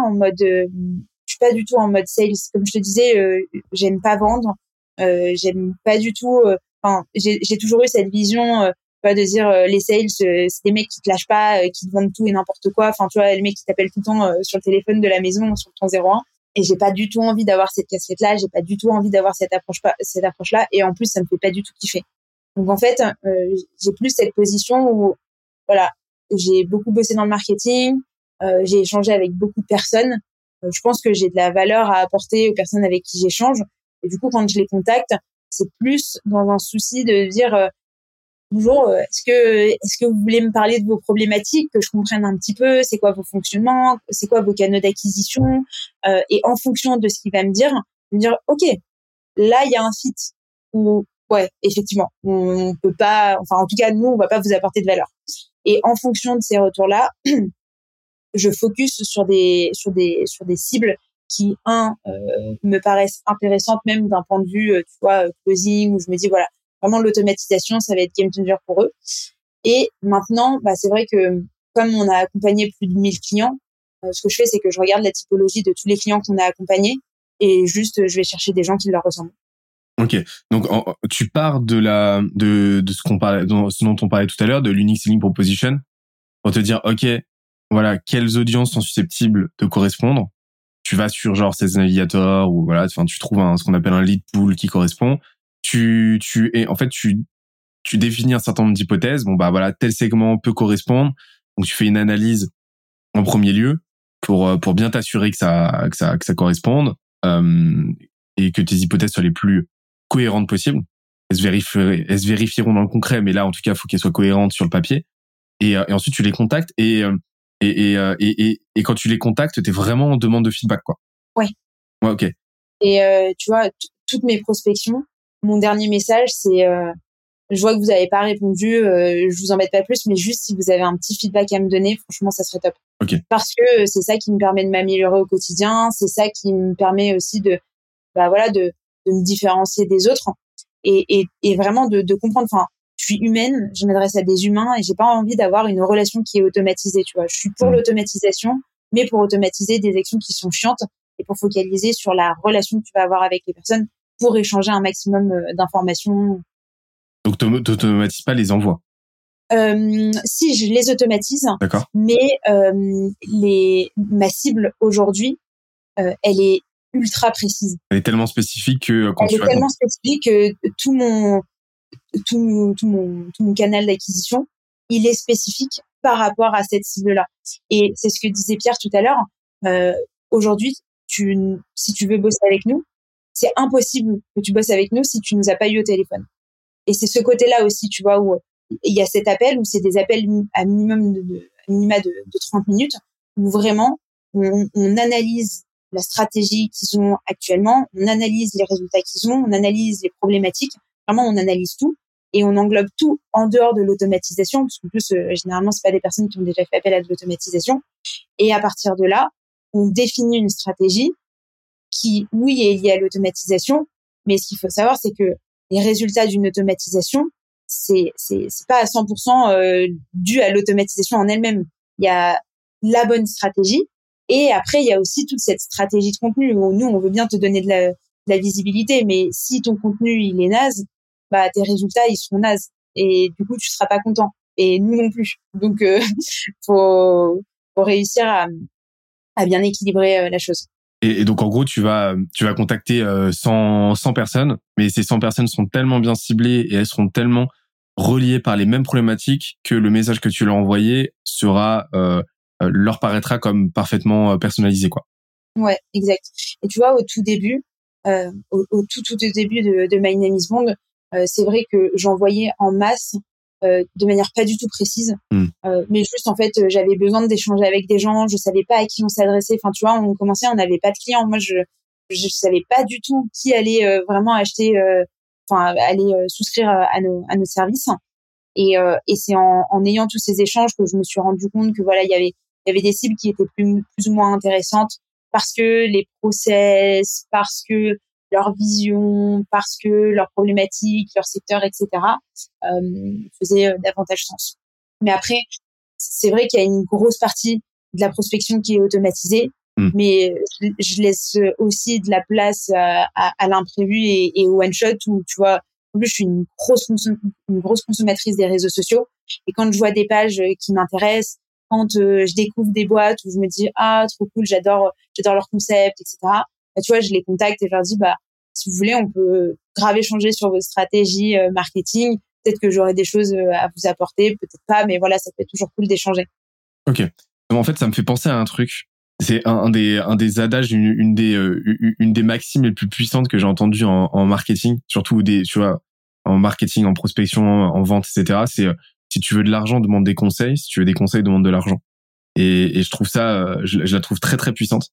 du tout en mode sales. Comme je te disais, j'aime pas vendre, j'aime pas du tout. J'ai toujours eu cette vision de dire les sales, c'est des mecs qui te lâchent pas, qui te vendent tout et n'importe quoi. Enfin, tu vois, le mec qui t'appelle tout le temps sur le téléphone de la maison, sur le 01. Et j'ai pas du tout envie d'avoir cette casquette-là. J'ai pas du tout envie d'avoir cette approche-là. Et en plus, ça me fait pas du tout kiffer. Donc en fait, j'ai plus cette position où, voilà, j'ai beaucoup bossé dans le marketing, j'ai échangé avec beaucoup de personnes. Je pense que j'ai de la valeur à apporter aux personnes avec qui j'échange. Et du coup, quand je les contacte, c'est plus dans un souci de dire bonjour, est-ce que vous voulez me parler de vos problématiques, que je comprenne un petit peu, c'est quoi vos fonctionnements, c'est quoi vos canaux d'acquisition, et en fonction de ce qu'il va me dire, OK, là il y a un fit où ouais, effectivement, on peut pas, enfin en tout cas nous on va pas vous apporter de valeur. Et en fonction de ces retours-là, je focus sur des cibles qui me paraissent intéressantes, même d'un point de vue tu vois, closing, où je me dis voilà, vraiment l'automatisation ça va être game changer pour eux. Et maintenant c'est vrai que comme on a accompagné plus de 1000 clients, Ce que je fais, c'est que je regarde la typologie de tous les clients qu'on a accompagnés et juste, je vais chercher des gens qui leur ressemblent. Ok. Donc, tu pars de ce dont on parlait tout à l'heure, de l'unique selling proposition, pour te dire, ok, voilà, quelles audiences sont susceptibles de correspondre. Tu vas sur genre Sales Navigator ou voilà, enfin, tu trouves ce qu'on appelle un lead pool qui correspond. Tu définis un certain nombre d'hypothèses. Bon, bah, voilà, tel segment peut correspondre. Donc, tu fais une analyse en premier lieu pour bien t'assurer que ça corresponde, et que tes hypothèses soient les plus cohérentes possibles. Elles se vérifieront dans le concret, mais là, en tout cas, il faut qu'elles soient cohérentes sur le papier. Et ensuite, tu les contactes et quand tu les contactes, t'es vraiment en demande de feedback, quoi. Ouais. Ouais, ok. Et tu vois, toutes mes prospections, mon dernier message, c'est je vois que vous n'avez pas répondu, je vous embête pas plus, mais juste si vous avez un petit feedback à me donner, franchement, ça serait top. Okay. Parce que c'est ça qui me permet de m'améliorer au quotidien, c'est ça qui me permet aussi de me différencier des autres et vraiment de comprendre. Enfin, je suis humaine, je m'adresse à des humains et j'ai pas envie d'avoir une relation qui est automatisée. Tu vois, je suis pour l'automatisation, mais pour automatiser des actions qui sont chiantes et pour focaliser sur la relation que tu vas avoir avec les personnes pour échanger un maximum d'informations. Donc, t'automatises pas les envois? Si, je les automatise. D'accord. Mais ma cible aujourd'hui, elle est ultra précise. Elle est tellement spécifique que tout mon canal d'acquisition, il est spécifique par rapport à cette cible-là. Et c'est ce que disait Pierre tout à l'heure. Aujourd'hui, si tu veux bosser avec nous, c'est impossible que tu bosses avec nous si tu nous as pas eu au téléphone. Et c'est ce côté-là aussi, tu vois, où il y a cet appel, où c'est des appels à minima de 30 minutes, où vraiment, on analyse la stratégie qu'ils ont actuellement, on analyse les résultats qu'ils ont, on analyse les problématiques, vraiment, on analyse tout, et on englobe tout en dehors de l'automatisation, parce qu'en plus, généralement, c'est pas des personnes qui ont déjà fait appel à de l'automatisation. Et à partir de là, on définit une stratégie qui, oui, est liée à l'automatisation, mais ce qu'il faut savoir, c'est que les résultats d'une automatisation, c'est pas à 100% dû à l'automatisation en elle-même. Il y a la bonne stratégie et après il y a aussi toute cette stratégie de contenu où nous on veut bien te donner de la visibilité, mais si ton contenu il est naze, bah tes résultats ils seront nazes et du coup tu seras pas content et nous non plus. Donc faut réussir à bien équilibrer la chose. Et donc en gros tu vas contacter 100 personnes, mais ces 100 personnes sont tellement bien ciblées et elles seront tellement reliées par les mêmes problématiques que le message que tu leur envoyé leur paraîtra comme parfaitement personnalisé, quoi. Ouais, exact. Et tu vois, au tout début, au tout début de My Name is Bond, c'est vrai que j'envoyais en masse de manière pas du tout précise, mais juste en fait j'avais besoin d'échanger avec des gens, je savais pas à qui on s'adressait. Enfin tu vois, on commençait, on n'avait pas de clients. Moi je savais pas du tout qui allait vraiment acheter, aller souscrire à nos services. Et c'est en ayant tous ces échanges que je me suis rendu compte que voilà il y avait des cibles qui étaient plus ou moins intéressantes parce que les process, parce que leur vision, parce que leurs problématiques, leur secteur, etc. Faisaient davantage sens. Mais après, c'est vrai qu'il y a une grosse partie de la prospection qui est automatisée, mais je laisse aussi de la place à l'imprévu et au one shot où tu vois. En plus, je suis une grosse consommatrice des réseaux sociaux et quand je vois des pages qui m'intéressent, quand je découvre des boîtes où je me dis trop cool, j'adore leur concept, etc. Bah, tu vois, je les contacte et je leur dis si vous voulez, on peut grave échanger sur vos stratégies marketing. Peut-être que j'aurai des choses à vous apporter, peut-être pas, mais voilà, ça peut être toujours cool d'échanger. Ok. En fait, ça me fait penser à un truc. C'est un des adages, une des maximes les plus puissantes que j'ai entendues en marketing, surtout tu vois, en marketing, en prospection, en vente, etc. C'est si tu veux de l'argent, demande des conseils. Si tu veux des conseils, demande de l'argent. Et je trouve ça, je la trouve très très puissante.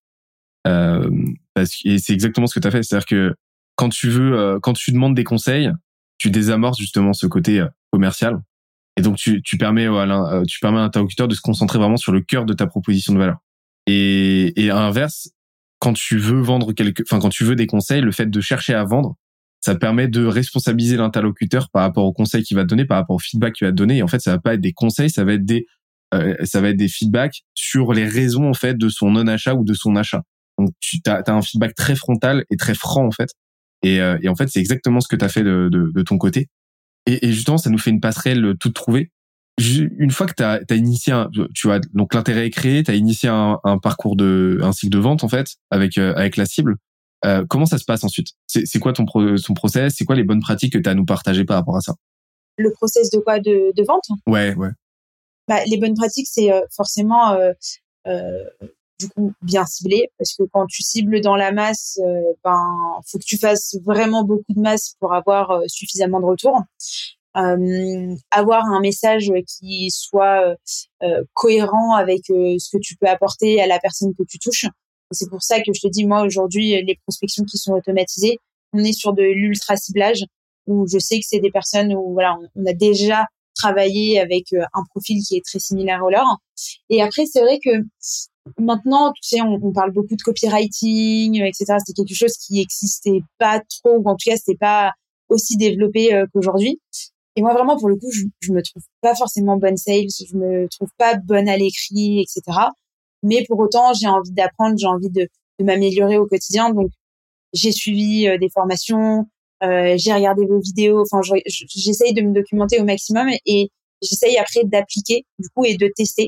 Et c'est exactement ce que tu as fait. C'est-à-dire que quand tu demandes des conseils, tu désamorces justement ce côté commercial. Et donc tu permets à l'interlocuteur de se concentrer vraiment sur le cœur de ta proposition de valeur. Et à l'inverse, quand tu veux quand tu veux des conseils, le fait de chercher à vendre, ça permet de responsabiliser l'interlocuteur par rapport aux conseils qu'il va te donner, par rapport au feedback qu'il va te donner. Et en fait, ça va pas être des conseils, ça va être des ça va être des feedbacks sur les raisons en fait de son non-achat ou de son achat. Donc tu as un feedback très frontal et très franc en fait. Et en fait, c'est exactement ce que tu as fait de ton côté. Et justement, ça nous fait une passerelle toute trouvée. Une fois que t'as initié tu vois, donc l'intérêt est créé, t'as initié un parcours un cycle de vente en fait avec la cible. Comment ça se passe ensuite? C'est quoi ton process? C'est quoi les bonnes pratiques que t'as à nous partager par rapport à ça? Le process de quoi? De vente? Ouais. Les bonnes pratiques, c'est forcément du coup bien ciblé, parce que quand tu cibles dans la masse, faut que tu fasses vraiment beaucoup de masse pour avoir suffisamment de retours. Avoir un message qui soit cohérent avec ce que tu peux apporter à la personne que tu touches. Et c'est pour ça que je te dis, moi aujourd'hui, les prospections qui sont automatisées, on est sur de l'ultra ciblage, où je sais que c'est des personnes où voilà, on a déjà travaillé avec un profil qui est très similaire au leur. Et après, c'est vrai que maintenant, tu sais, on parle beaucoup de copywriting, etc. C'était quelque chose qui existait pas trop, ou en tout cas, c'était pas aussi développé qu'aujourd'hui. Et moi, vraiment, pour le coup, je me trouve pas forcément bonne sales, je me trouve pas bonne à l'écrit, etc. Mais pour autant, j'ai envie d'apprendre, j'ai envie de m'améliorer au quotidien. Donc, j'ai suivi des formations, j'ai regardé vos vidéos. Enfin, j'essaye de me documenter au maximum et j'essaye après d'appliquer, du coup, et de tester,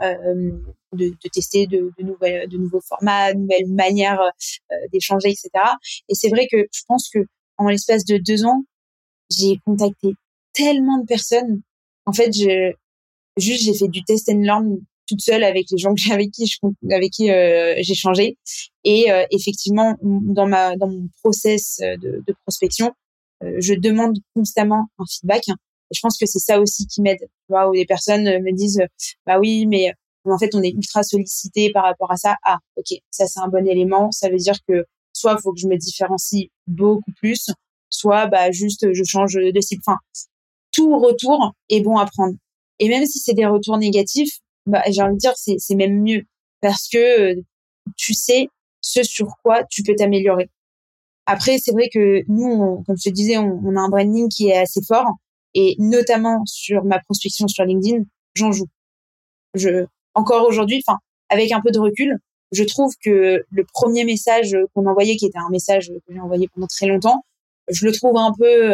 de tester de nouveaux formats, de nouvelles manières d'échanger, etc. Et c'est vrai que je pense que en l'espace de 2 ans, j'ai contacté tellement de personnes. En fait, j'ai fait du test and learn toute seule avec les gens avec qui j'ai changé. Et effectivement, dans mon process de prospection, je demande constamment un feedback. Et je pense que c'est ça aussi qui m'aide. Tu vois, où les personnes me disent, bah oui, mais en fait, on est ultra sollicité par rapport à ça. Ah, ok, ça c'est un bon élément. Ça veut dire que soit il faut que je me différencie beaucoup plus, soit juste je change de cible. Enfin, tout retour est bon à prendre. Et même si c'est des retours négatifs, j'ai envie de dire c'est même mieux, parce que tu sais ce sur quoi tu peux t'améliorer. Après, c'est vrai que nous, comme je te disais, on a un branding qui est assez fort, et notamment sur ma prospection sur LinkedIn, j'en joue. Encore aujourd'hui, avec un peu de recul, je trouve que le premier message qu'on envoyait, qui était un message que j'ai envoyé pendant très longtemps, je le trouve un peu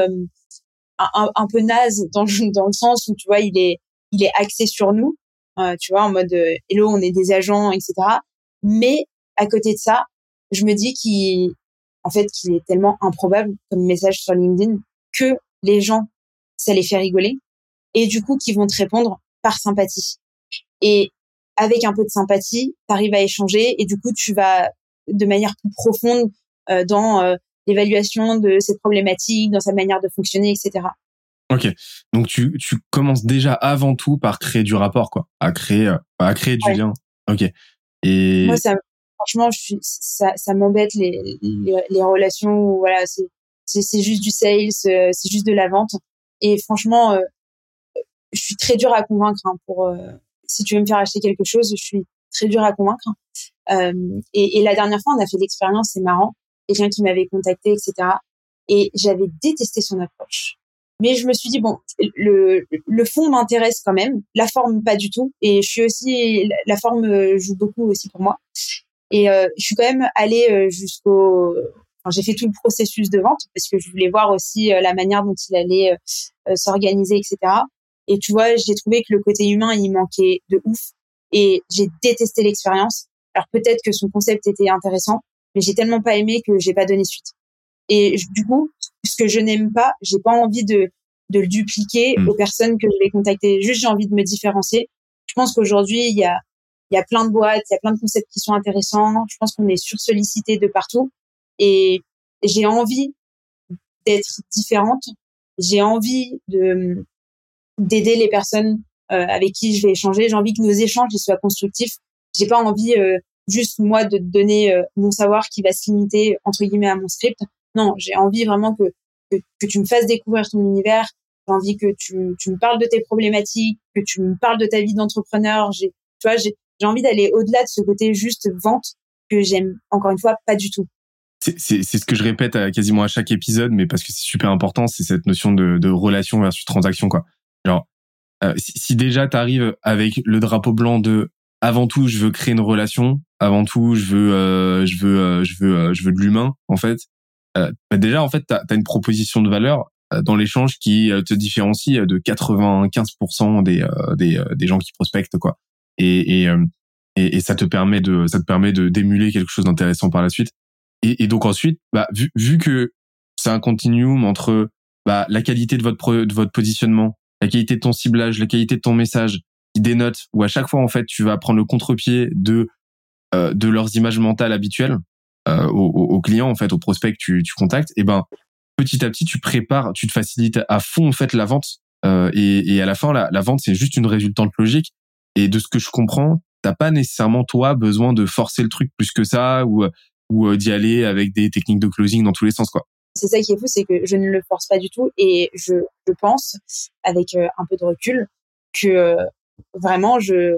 un peu naze dans le sens où, tu vois, il est axé sur nous, tu vois, en mode hello, on est des agents, etc. Mais à côté de ça, je me dis qu'il est tellement improbable comme message sur LinkedIn que les gens, ça les fait rigoler, et du coup, qu'ils vont te répondre par sympathie. Et avec un peu de sympathie, t'arrives à échanger, et du coup, tu vas de manière plus profonde dans l'évaluation de cette problématique, dans sa manière de fonctionner, etc. Ok, donc tu commences déjà avant tout par créer du rapport, quoi, à créer du lien. Ok. Et moi, franchement, ça m'embête les relations où voilà, c'est juste du sales, c'est juste de la vente. Et franchement, je suis très dure à convaincre, hein, si tu veux me faire acheter quelque chose, je suis très dure à convaincre. Et la dernière fois, on a fait l'expérience, c'est marrant, quelqu'un qui m'avait contacté, etc. Et j'avais détesté son approche. Mais je me suis dit, bon, le fond m'intéresse quand même, la forme pas du tout. Et la forme joue beaucoup aussi pour moi. Et je suis quand même allée j'ai fait tout le processus de vente, parce que je voulais voir aussi la manière dont il allait s'organiser, etc. Et tu vois, j'ai trouvé que le côté humain, il manquait de ouf. Et j'ai détesté l'expérience. Alors peut-être que son concept était intéressant, mais j'ai tellement pas aimé que j'ai pas donné suite. Et du coup, ce que je n'aime pas, j'ai pas envie de le dupliquer aux personnes que je vais contacter. Juste, j'ai envie de me différencier. Je pense qu'aujourd'hui, il y a plein de boîtes, il y a plein de concepts qui sont intéressants. Je pense qu'on est sursollicité de partout. Et j'ai envie d'être différente. J'ai envie d'aider les personnes avec qui je vais échanger. J'ai envie que nos échanges ils soient constructifs. J'ai pas envie juste moi de te donner mon savoir qui va se limiter entre guillemets à mon script. Non, j'ai envie vraiment que tu me fasses découvrir ton univers. J'ai envie que tu me parles de tes problématiques, que tu me parles de ta vie d'entrepreneur. J'ai envie d'aller au-delà de ce côté juste vente que j'aime encore une fois pas du tout. C'est ce que je répète quasiment à chaque épisode, mais parce que c'est super important, c'est cette notion de relation versus transaction, quoi. Genre, Si déjà t'arrives avec le drapeau blanc de avant tout je veux créer une relation, avant tout je veux de l'humain en fait, déjà en fait t'as une proposition de valeur dans l'échange qui te différencie de 95% des gens qui prospectent quoi. Et ça te permet d'émuler quelque chose d'intéressant par la suite. Et donc ensuite, vu que c'est un continuum entre la qualité de votre positionnement, la qualité de ton ciblage, la qualité de ton message, qui dénote, où à chaque fois en fait tu vas prendre le contre-pied de leurs images mentales habituelles aux clients en fait, aux prospects que tu contactes, et petit à petit tu te facilites à fond en fait la vente, et à la fin la vente c'est juste une résultante logique. Et de ce que je comprends, t'as pas nécessairement toi besoin de forcer le truc plus que ça ou d'y aller avec des techniques de closing dans tous les sens quoi. C'est ça qui est fou, c'est que je ne le force pas du tout et je pense avec un peu de recul que vraiment je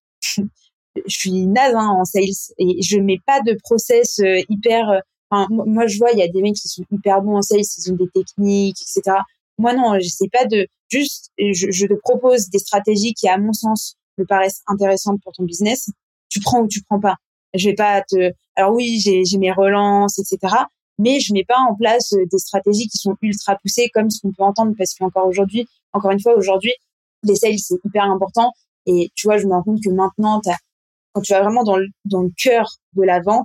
suis naze en sales et je mets pas de process hyper. Moi je vois il y a des mecs qui sont hyper bons en sales, ils ont des techniques, etc. Moi non, j'essaie pas de juste. Je te propose des stratégies qui à mon sens me paraissent intéressantes pour ton business. Tu prends ou tu prends pas. Je vais pas te. Alors oui, j'ai mes relances, etc. Mais je mets pas en place des stratégies qui sont ultra poussées comme ce qu'on peut entendre parce qu'encore une fois aujourd'hui, les sales c'est hyper important et tu vois, je me rends compte que maintenant quand tu vas vraiment dans le cœur de la vente,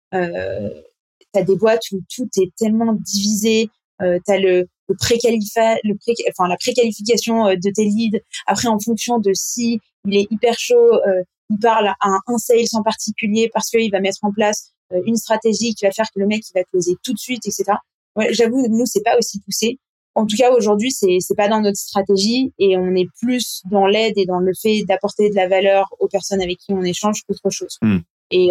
t'as des boîtes où tout est tellement divisé, t'as la préqualification de tes leads. Après, en fonction de si il est hyper chaud, il parle à un sales en particulier parce qu'il va mettre en place une stratégie qui va faire que le mec il va closer tout de suite, etc. Ouais, j'avoue, nous c'est pas aussi poussé. En tout cas, aujourd'hui, c'est pas dans notre stratégie et on est plus dans l'aide et dans le fait d'apporter de la valeur aux personnes avec qui on échange qu'autre chose. Et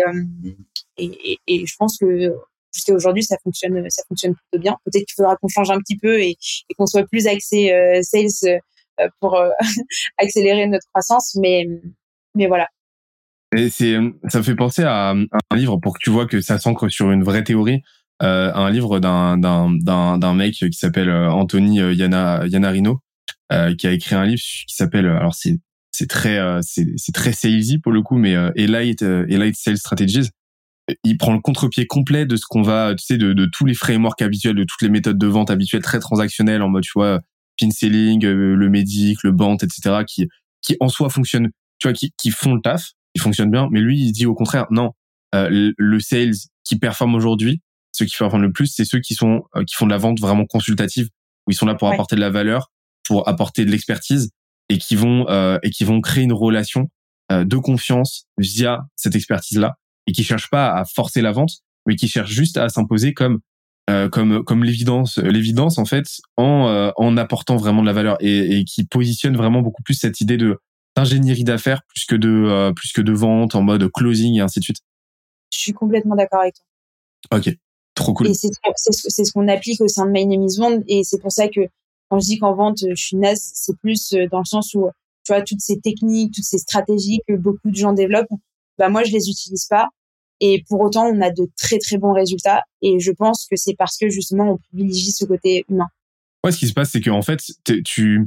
je pense que jusqu'à aujourd'hui, ça fonctionne plutôt bien. Peut-être qu'il faudra qu'on change un petit peu et qu'on soit plus axé sales pour accélérer notre croissance, mais voilà. Et ça me fait penser à un livre pour que tu vois que ça s'ancre sur une vraie théorie. Un livre d'un mec qui s'appelle Anthony Iannarino, qui a écrit un livre qui s'appelle, alors c'est très salesy pour le coup, mais Elite Sales Strategies. Il prend le contre-pied complet de ce qu'on va, tu sais, de tous les frameworks habituels, de toutes les méthodes de vente habituelles très transactionnelles en mode, tu vois, pin selling, le médic, le BANT, etc., qui en soi fonctionnent, tu vois, qui font le taf, qui fonctionnent bien. Mais lui, il dit au contraire, non, le sales qui performe aujourd'hui, ceux qui performent le plus, c'est ceux qui font de la vente vraiment consultative, où ils sont là pour apporter de la valeur, pour apporter de l'expertise, et qui vont créer une relation de confiance via cette expertise-là, et qui cherchent pas à forcer la vente, mais qui cherchent juste à s'imposer comme l'évidence en fait, en apportant vraiment de la valeur, et qui positionne vraiment beaucoup plus cette idée d'ingénierie d'affaires plus que de vente en mode closing et ainsi de suite. Je suis complètement d'accord avec toi. Ok, trop cool. Et c'est ce qu'on applique au sein de My Name is Vend, et c'est pour ça que quand je dis qu'en vente je suis naze, c'est plus dans le sens où tu vois toutes ces techniques, toutes ces stratégies que beaucoup de gens développent, moi je les utilise pas. Et pour autant, on a de très très bons résultats. Et je pense que c'est parce que justement, on privilégie ce côté humain. Ouais, ce qui se passe, c'est qu'en fait, tu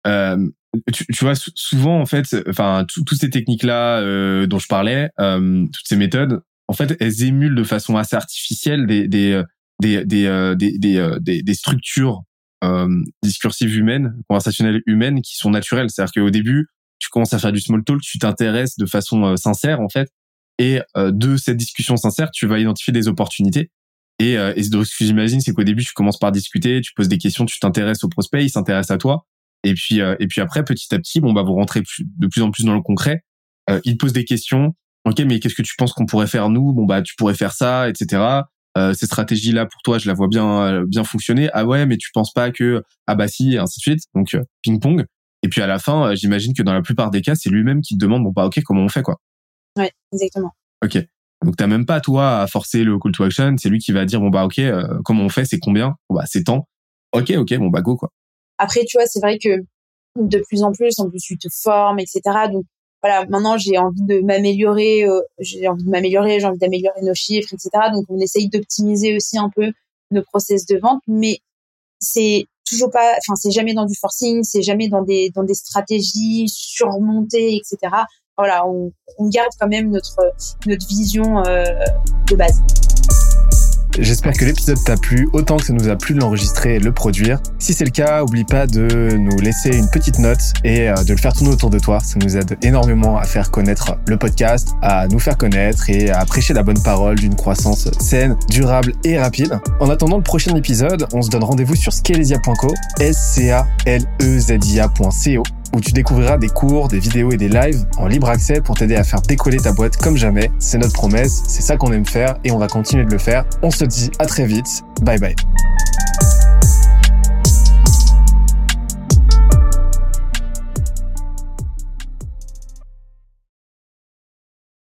vois, souvent en fait, enfin, toutes ces techniques-là dont je parlais, toutes ces méthodes, en fait, elles émulent de façon assez artificielle des structures discursives humaines, conversationnelles humaines, qui sont naturelles. C'est-à-dire qu'au début, tu commences à faire du small talk, tu t'intéresses de façon sincère, en fait. Et de cette discussion sincère, tu vas identifier des opportunités. Et ce que j'imagine, c'est qu'au début, tu commences par discuter, tu poses des questions, tu t'intéresses au prospect, il s'intéresse à toi. Et puis après, petit à petit, vous rentrez de plus en plus dans le concret. Il pose des questions. Ok, mais qu'est-ce que tu penses qu'on pourrait faire nous ? Tu pourrais faire ça, etc. Ces stratégies-là, pour toi, je la vois bien fonctionner. Ah ouais, mais tu penses pas que si, et ainsi de suite. Donc ping-pong. Et puis à la fin, j'imagine que dans la plupart des cas, c'est lui-même qui te demande ok, comment on fait quoi ? Ouais, exactement. Ok. Donc t'as même pas toi à forcer le call to action, c'est lui qui va dire ok, comment on fait, c'est combien ? C'est tant. Ok, go quoi. Après tu vois, c'est vrai que de plus en plus tu te formes, etc. Donc voilà, maintenant j'ai envie d'améliorer nos chiffres, etc. Donc on essaye d'optimiser aussi un peu nos process de vente, mais c'est toujours pas, enfin, c'est jamais dans du forcing, c'est jamais dans des stratégies surmontées, etc. Voilà, on garde quand même notre vision de base. J'espère que l'épisode t'a plu autant que ça nous a plu de l'enregistrer et de le produire. Si c'est le cas, oublie pas de nous laisser une petite note et de le faire tourner autour de toi. Ça nous aide énormément à faire connaître le podcast, à nous faire connaître et à prêcher la bonne parole d'une croissance saine, durable et rapide. En attendant le prochain épisode, on se donne rendez-vous sur scalezia.co, scalezia.co, où tu découvriras des cours, des vidéos et des lives en libre accès pour t'aider à faire décoller ta boîte comme jamais. C'est notre promesse, c'est ça qu'on aime faire et on va continuer de le faire. On se dit à très vite. Bye bye.